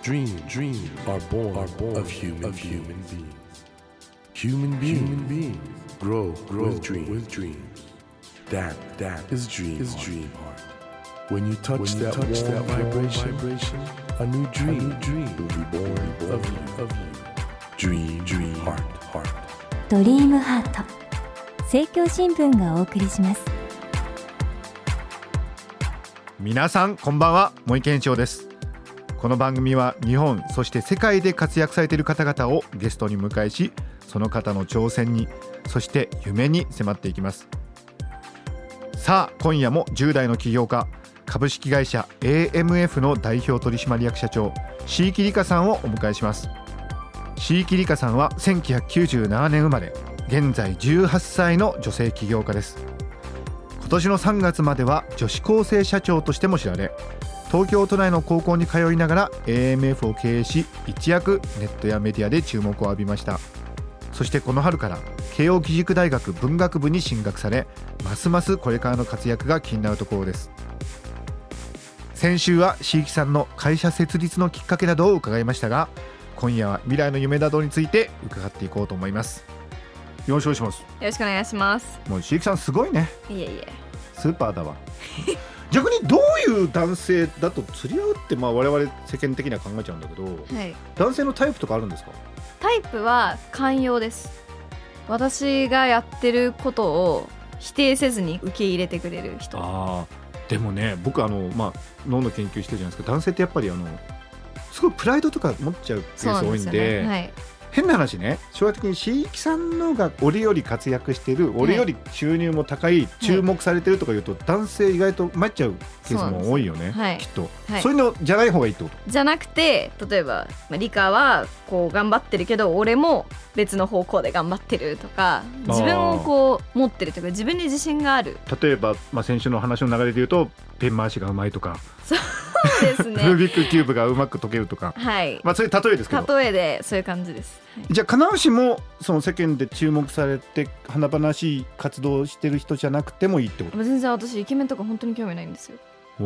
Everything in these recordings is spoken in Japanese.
Dreams are born of human beings. Human beings grow with dreams. That is dream heart. When you touch that warm vibration, a new dream will be born of you. Dream heart. ドリームハート、政教新聞がお送りします。 皆さんこんばんは、森健一郎です。この番組は日本そして世界で活躍されている方々をゲストに迎えし、その方の挑戦にそして夢に迫っていきます。さあ今夜も10代の起業家、株式会社 AMF の代表取締役社長椎木里佳さんをお迎えします。椎木里佳さんは1997年生まれ、現在18歳の女性起業家です。今年の3月までは女子高生社長としても知られ、東京都内の高校に通いながら AMF を経営し、一躍ネットやメディアで注目を浴びました。そしてこの春から慶應義塾大学文学部に進学され、ますますこれからの活躍が気になるところです。先週は椎木さんの会社設立のきっかけなどを伺いましたが、今夜は未来の夢などについて伺っていこうと思います。よろしくお願いします。 よろしくお願いします。 もう椎木さんすごいね。 いえいえ、 スーパーだわ逆にどういう男性だと釣り合うって、我々世間的には考えちゃうんだけど、 はい、 男性のタイプとかあるんですか？ タイプは寛容です。私がやってることを否定せずに受け入れてくれる人。 でもね、僕脳の研究してるじゃないですか。男性ってやっぱりすごいプライドとか持っちゃうケース多いんで、 はい、 変な話ね、将来的に椎木さんのが俺より活躍してる、俺より収入も高い、注目されてるとか言うと、男性意外と参っちゃうケースも多いよね、きっと、そういうのじゃない方がいいってことじゃなくて、例えば、理科はこう頑張ってるけど俺も別の方向で頑張ってるとか、自分をこう持ってるとか、自分に自信がある。 例えば、先週の話の流れで言うと、ペン回しがうまいとか、 そうですねルービックキューブがうまく解けるとか、 はい、 そういう例えですけど、 例えでそういう感じです、はい、 じゃあ必ずしもその世間で注目されて華々しい活動をしてる人じゃなくてもいいってこと？ 全然私イケメンとか本当に興味ないんですよ。 はい、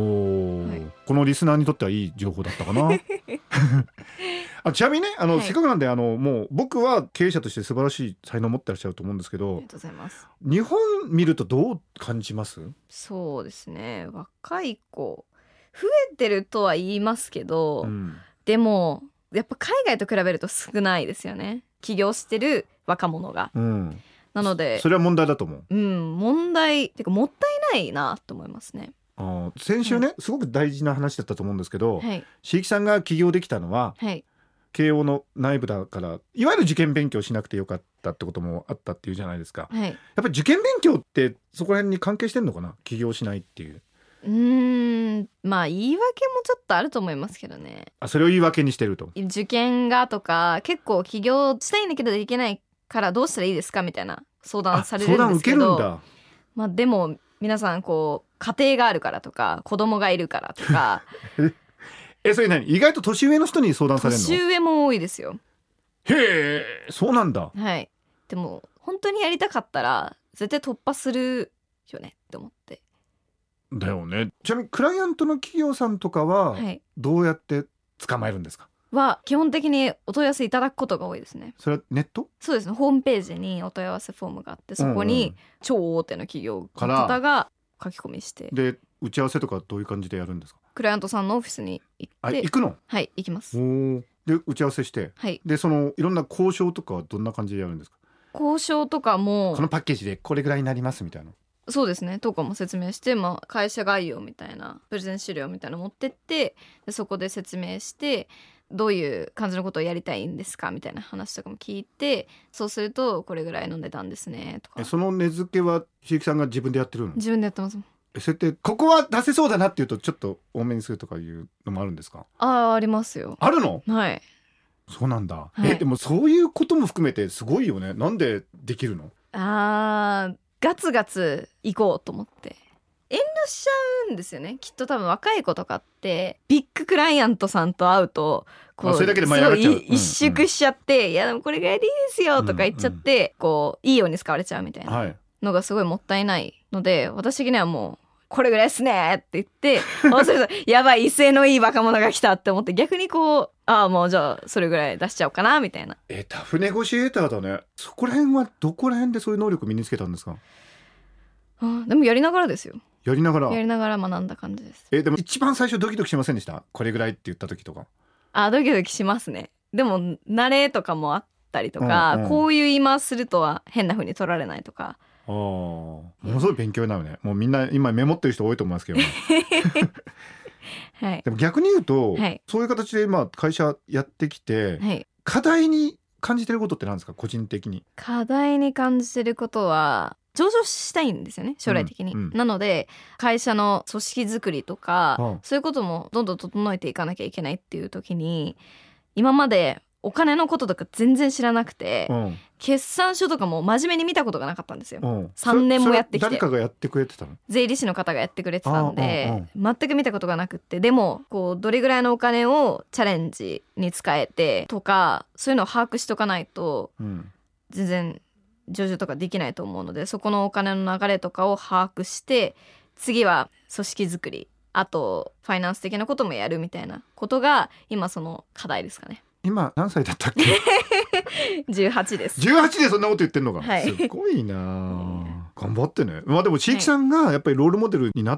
このリスナーにとってはいい情報だったかなちなみにね、せっかくなんでもう僕は経営者として素晴らしい才能を持ってらっしゃると思うんですけど、 ありがとうございます。 日本見るとどう感じます？ そうですね、若い子増えてるとは言いますけど、でもやっぱ海外と比べると少ないですよね、起業してる若者が、なのでそれは問題だと思う。 問題っていうかもったいないなと思いますね。 先週ね、すごく大事な話だったと思うんですけど、椎木さんが起業できたのは、慶応の内部だから、いわゆる受験勉強しなくてよかったってこともあったっていうじゃないですか、やっぱり受験勉強ってそこら辺に関係してんのかな、起業しないっていう。 言い訳もちょっとあると思いますけどね。 それを言い訳にしてると。 受験がとか、結構起業したいんだけどできないからどうしたらいいですかみたいな相談されるんですけど、 相談受けるんだ。 でも皆さんこう家庭があるからとか子供がいるからとかそれ何、意外と年上の人に相談されるの？ 年上も多いですよ。 へえ、そうなんだ。 はい。でも本当にやりたかったら絶対突破するよねって思って。 だよね。ちなみにクライアントの企業さんとかはどうやって捕まえるんですか？ 基本的にお問い合わせいただくことが多いですね。 それはネット？そうですね、ホームページにお問い合わせフォームがあって、そこに超大手の企業の方が書き込みして、 で打ち合わせとかどういう感じでやるんですか？ クライアントさんのオフィスに行って。 行くの？ はい、行きます。 で打ち合わせして、でいろんな交渉とかはどんな感じでやるんですか？交渉とかもこのパッケージでこれぐらいになりますみたいな。 そうですね、とかも説明して、会社概要みたいなプレゼン資料みたいなの持ってって、でそこで説明して、どういう感じのことをやりたいんですかみたいな話とかも聞いて、そうするとこれぐらいの値段ですねとか。 その値付けは椎木さんが自分でやってるの？ 自分でやってます。 それってここは出せそうだなっていうとちょっと多めにするとかいうのもあるんですか？ ありますよ。 あるの？ はい。 そうなんだ、でもそういうことも含めてすごいよね。なんでできるの？ ガツガツ行こうと思って。遠慮しちゃうんですよね、きっと。多分若い子とかってビッグクライアントさんと会うとそれだけで舞い上がっちゃう。 一縮しちゃって、いやでもこれぐらいでいいですよとか言っちゃって、いいように使われちゃうみたいなのがすごいもったいないので、私的にはもうこれぐらいっすねって言ってそうするとやばい威勢のいい若者が来たって思って逆にこうもうじゃあそれぐらい出しちゃおうかなみたいな。 タフネゴシエーターだね。そこら辺はどこら辺でそういう能力身につけたんですか？ でもやりながらですよ。 やりながら学んだ感じです。 でも一番最初ドキドキしませんでした？これぐらいって言った時とか。 ドキドキしますね。でも慣れとかもあったりとか、こういう言い回しするとは変な風に取られないとか。 ものすごい勉強になるね。もうみんな今メモってる人多いと思いますけどねはい、 でも逆に言うと、 はい、 そういう形で今会社やってきて、はい、課題に感じてることって何ですか？個人的に課題に感じてることは上場したいんですよね、将来的に、なので会社の組織づくりとか、そういうこともどんどん整えていかなきゃいけないっていう時に、今までお金のこととか全然知らなくて、決算書とかも真面目に見たことがなかったんですよ。3年もやってきて。 誰かがやってくれてたの？ 税理士の方がやってくれてたんで、全く見たことがなくって、でもこうどれぐらいのお金をチャレンジに使えてとか、そういうのを把握しとかないと、全然上場とかできないと思うので、そこのお金の流れとかを把握して、次は組織づくり、あとファイナンス的なこともやるみたいなことが今その課題ですかね。 今何歳だったっけ 18です。 18でそんなこと言ってんのか、 はい、 すごいな頑張ってね。でもちいきさんがやっぱりロールモデルになって、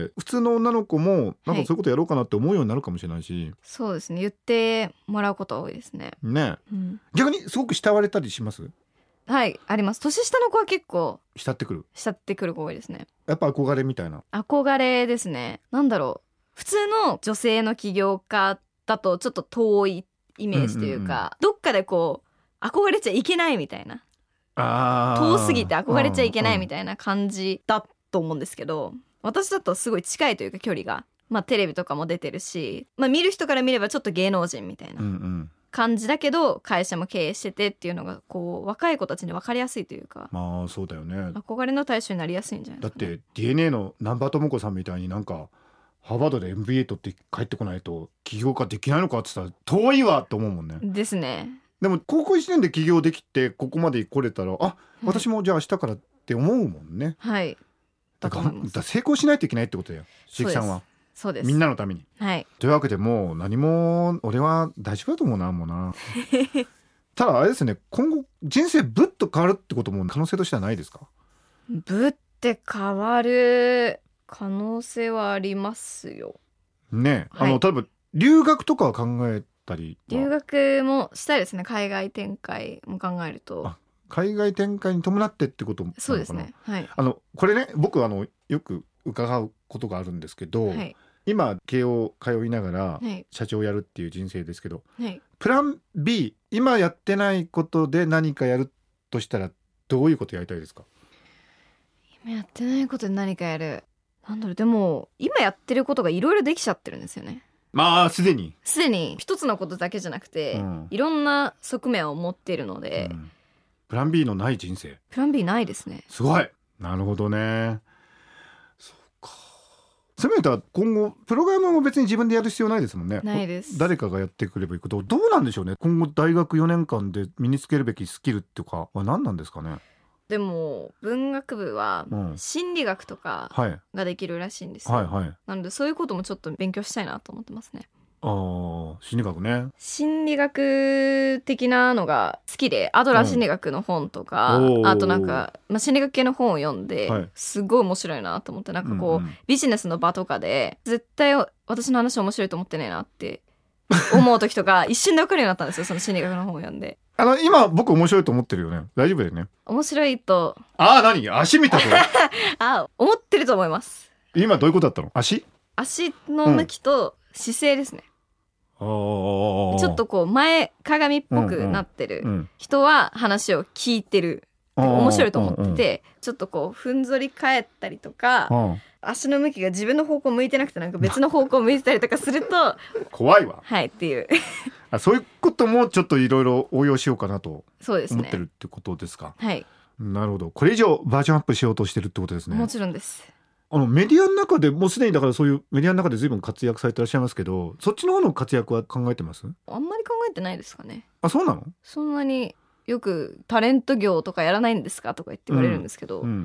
普通の女の子もなんかそういうことやろうかなって思うようになるかもしれないし、 そうですね、言ってもらうことは多いですね。 逆にすごく慕われたりします？ はい、あります。年下の子は結構慕ってくる子多いですね。 やっぱ憧れみたいな。 憧れですね。なんだろう、普通の女性の起業家だとちょっと遠いイメージというか、どっかでこう憧れちゃいけないみたいな、遠すぎて憧れちゃいけないみたいな感じだと思うんですけど、私だとすごい近いというか、距離がテレビとかも出てるし、見る人から見ればちょっと芸能人みたいな感じだけど、会社も経営しててっていうのがこう若い子たちに分かりやすいというか、 そうだよね。 憧れの対象になりやすいんじゃないですかね。 だって DNA の南波智子さんみたいになんかハーバードで MBA 取って帰ってこないと起業家できないのかって言ったら遠いわって思うもんね。ですね。でも高校1年で起業できてここまで来れたら、私もじゃあ明日からって思うもんね。はい。だから成功しないといけないってことだよ、しきさんは。そうです。みんなのために。はい。というわけでもう何も俺は大丈夫だと思うな、もうな。ただあれですね、今後人生ぶっと変わるってことも可能性としてはないですか？ぶって変わる可能性はありますよね。例えば留学とかは考えたりは？留学もしたいですね。海外展開も考えると。海外展開に伴ってってことなのかな？そうですね。はい。これね、僕よく伺うことがあるんですけど、はい、今慶応通いながら社長をやるっていう人生ですけど、はい、プラン B、 今やってないことで何かやるとしたらどういうことやりたいですか？今やってないことで何かやる、なんだろう、でも今やってることがいろいろできちゃってるんですよね。すでに一つのことだけじゃなくて、いろんな側面を持っているので、プラン B のない人生。プラン B ないですね。すごい。なるほどね。そうか。そういう意味では今後プログラムも別に自分でやる必要ないですもんね。ないです。誰かがやってくればいいこと。どうなんでしょうね。今後大学4年間で身につけるべきスキルっていうかは何なんですかね。でも文学部は心理学とかができるらしいんですよ、なのでそういうこともちょっと勉強したいなと思ってますね。心理学ね。心理学的なのが好きで、アドラー心理学の本とか、あとなんか、心理学系の本を読んで、すごい面白いなと思って、なんかこう、ビジネスの場とかで絶対私の話面白いと思ってねえなって思う時とか一瞬で分かるようになったんですよ、その心理学の本を読んで。今僕面白いと思ってるよね。大丈夫だよね。面白いと。何足見たぞ。思ってると思います。今どういうことだったの？足の向きと姿勢ですね。ちょっとこう前鏡っぽくなってる人は話を聞いてる、面白いと思ってて、ちょっとこうふんぞり返ったりとか、足の向きが自分の方向向いてなくてなんか別の方向向いてたりとかすると怖いわ。はいっていうそういうこともちょっといろいろ応用しようかなと思ってるってことですか？はい。なるほど。これ以上バージョンアップしようとしてるってことですね。もちろんです。メディアの中でもうすでにだからそういうメディアの中で随分活躍されてらっしゃいますけど、そっちの方の活躍は考えてます？あんまり考えてないですかね。そうなの？そんなによくタレント業とかやらないんですかとか言って言われるんですけど、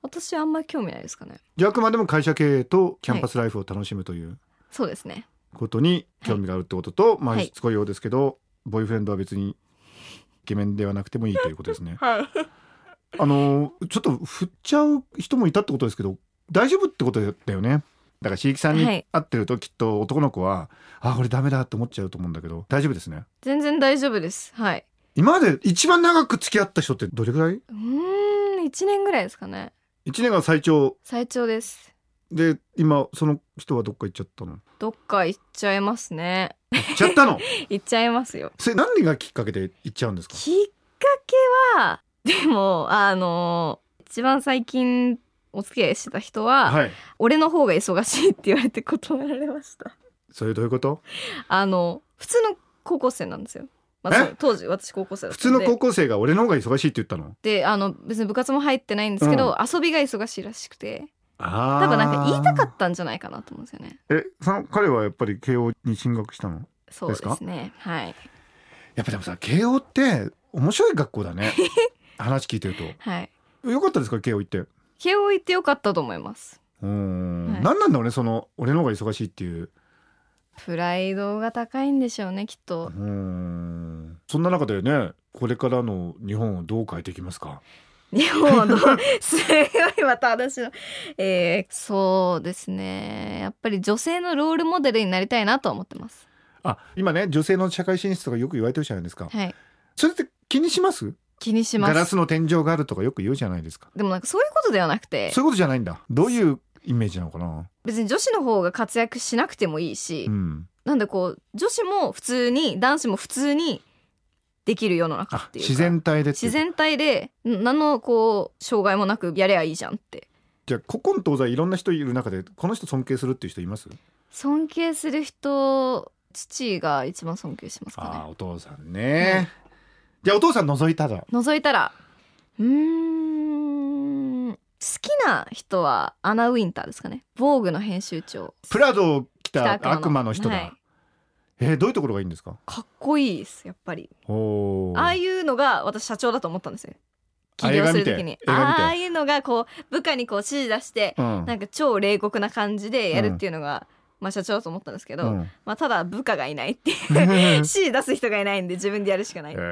私はあんまり興味ないですかね。 じゃああくまでも会社経営とキャンパスライフを楽しむというそうですね。 ことに興味があるってことと、まあはいしつこいようですけど、ボーイフレンドは別にイケメンではなくてもいいということですね。 はいちょっと振っちゃう人もいたってことですけど、大丈夫ってことだよね。だから椎木さんにはい会ってるときっと男の子は、あ、これダメだって思っちゃうと思うんだけど、大丈夫ですね。 全然大丈夫です。はい。 今まで一番長く付き合った人ってどれぐらい 1年ぐらいですかね。 ?1 年が最長最長です。 で、今その人はどっか行っちゃったの？ どっか行っちゃいますね。 行っちゃったの？ 行っちゃいますよ。 それ何がきっかけで行っちゃうんですか？ きっかけはでも一番最近お付き合いしてた人は、 はい。 俺の方が忙しいって言われて断られました。 それどういうこと？ 普通の高校生なんですよ。まあ、 えそう当時私高校生だった普通んで。 の高校生が俺の方が忙しいって言ったの？ で別に部活も入ってないんですけど、遊びが忙しいらしくて、 ああ。 多分なんか言いたかったんじゃないかなと思うんですよね。 その彼はやっぱり慶応に進学したの？ そうですね。はいやっぱでもさ、慶応って面白い学校だね。話聞いてるはい。 と。よかったですか、慶応行って？ 慶応行ってよかったと思います。はい何なんだろうね、その俺の方が忙しいっていう。 プライドが高いんでしょうね、きっと。 そんな中でね、これからの日本をどう変えていきますか？ 日本のすごいまた私の、そうですね、やっぱり女性のロールモデルになりたいなと思ってます。 あ、今ね、女性の社会進出とかよく言われてるじゃないですか。 はい。 それって気にします？ 気にします。 ガラスの天井があるとかよく言うじゃないですか。 でもなんかそういうことではなくて、 そういうことじゃないんだ。どういうイメージなのかな？ 別に女子の方が活躍しなくてもいいし、なんでこう女子も普通に男子も普通にできる世の中っていうか、 自然体でっていう自然体で何のこう障害もなくやればいいじゃんって。 じゃあ古今東西いろんな人いる中でこの人尊敬するっていう人います？ 尊敬する人、父が一番尊敬しますかね。 お父さんね、じゃあお父さん除いたら？ 好きな人はアナ・ウィンターですかね。ヴォーグの編集長。 プラドを着た北悪魔の人だ、 はいどういうところがいいんですか？ かっこいいですやっぱり。 おああいうのが私社長だと思ったんですよ。起業する時に映画見てああいうのがこう部下にこう指示出して、なんか超冷酷な感じでやるっていうのが、まあ社長だと思ったんですけど、まあただ部下がいないっていう指示出す人がいないんで自分でやるしかないっていう、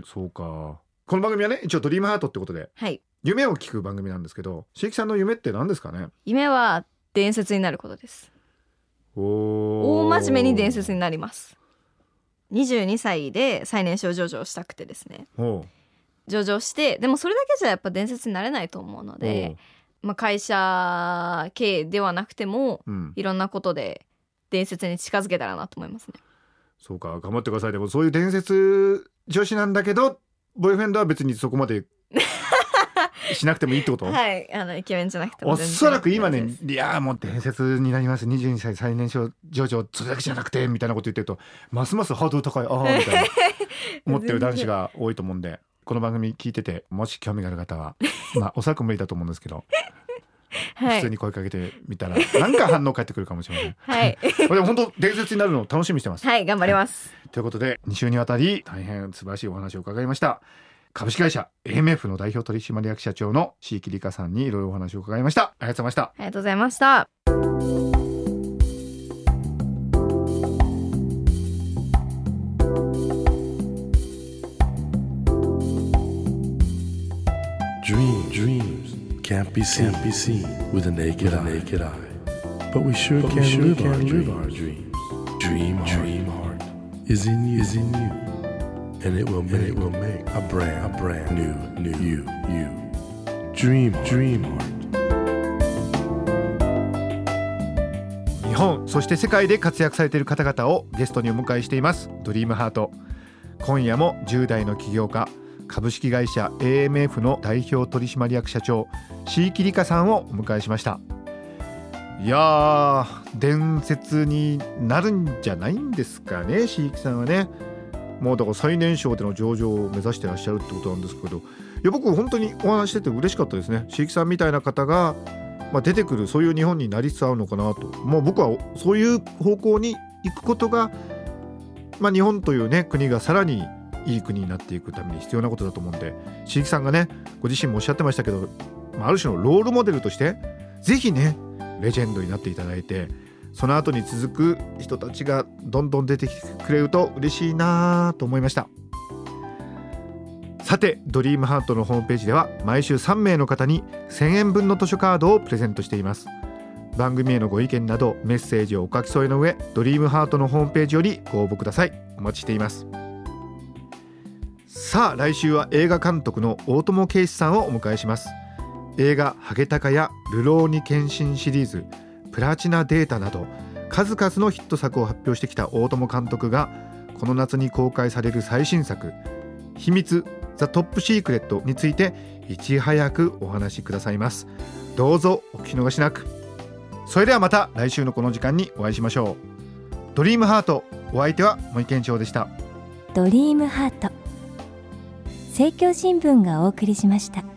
そうか。この番組はね、一応ドリームハートってことで、 はい、 夢を聞く番組なんですけど、椎木さんの夢って何ですかね？ 夢は伝説になることです。大真面目に伝説になります。22歳で最年少上場したくてですね、上場して、でもそれだけじゃやっぱ伝説になれないと思うので、会社経営ではなくても、いろんなことで伝説に近づけたらなと思いますね。 そうか、頑張ってください。でもそういう伝説女子なんだけど、ボーイフレンドは別にそこまでしなくてもいいってこと？ はいイケメンじゃなくても全然。 おそらく今ね、いやもう伝説になります、22歳最年少上場それだけじゃなくてみたいなこと言ってると、ますますハードル高いみたいな思ってる男子が多いと思うんで、この番組聞いててもし興味がある方はおそらく無理だと思うんですけど普通に声かけてみたら何か反応返ってくるかもしれません。 はいでも本当伝説になるのを楽しみにしてます。 はい、頑張ります、 ということで2週にわたり大変素晴らしいお話を伺いました。株式会社 AMF の代表取締役社長の椎木里香さんにいろいろお話を伺いました。ありがとうございました。 ありがとうございました。 Dreams can't be seen with a naked eye. But we sure can live our dreams. Dream heart is in you. And it will make a brand new you. Dream heart. 日本そして世界で活躍されている方々をゲストにお迎えしていますドリームハート。今夜も10代の起業家、株式会社 AMF の代表取締役社長椎木里香さんをお迎えしました。いやー、伝説になるんじゃないんですかね。椎木さんはね、もうだから最年少での上場を目指してらっしゃるってことなんですけど、いや僕本当にお話してて嬉しかったですね。椎木さんみたいな方が、出てくる、そういう日本になりつつあるのかなと。もう僕はそういう方向に行くことが、日本というね国がさらにいい国になっていくために必要なことだと思うんで、椎木さんがねご自身もおっしゃってましたけど、 ある種のロールモデルとしてぜひねレジェンドになっていただいて、その後に続く人たちがどんどん出てきてくれると嬉しいなと思いました。さてドリームハートのホームページでは毎週3名の方に1000円分の図書カードをプレゼントしています。番組へのご意見などメッセージをお書き添えの上、ドリームハートのホームページよりご応募ください。お待ちしています。さあ来週は映画監督の大友圭司さんをお迎えします。映画ハゲタカや流浪に献身シリーズ、プラチナデータなど数々のヒット作を発表してきた大友監督がこの夏に公開される最新作秘密ザ・トップシークレットについていち早くお話しくださいます。どうぞお聞き逃しなく。それではまた来週のこの時間にお会いしましょう。ドリームハート、お相手は森健長でした。 ドリームハート、政教新聞がお送りしました。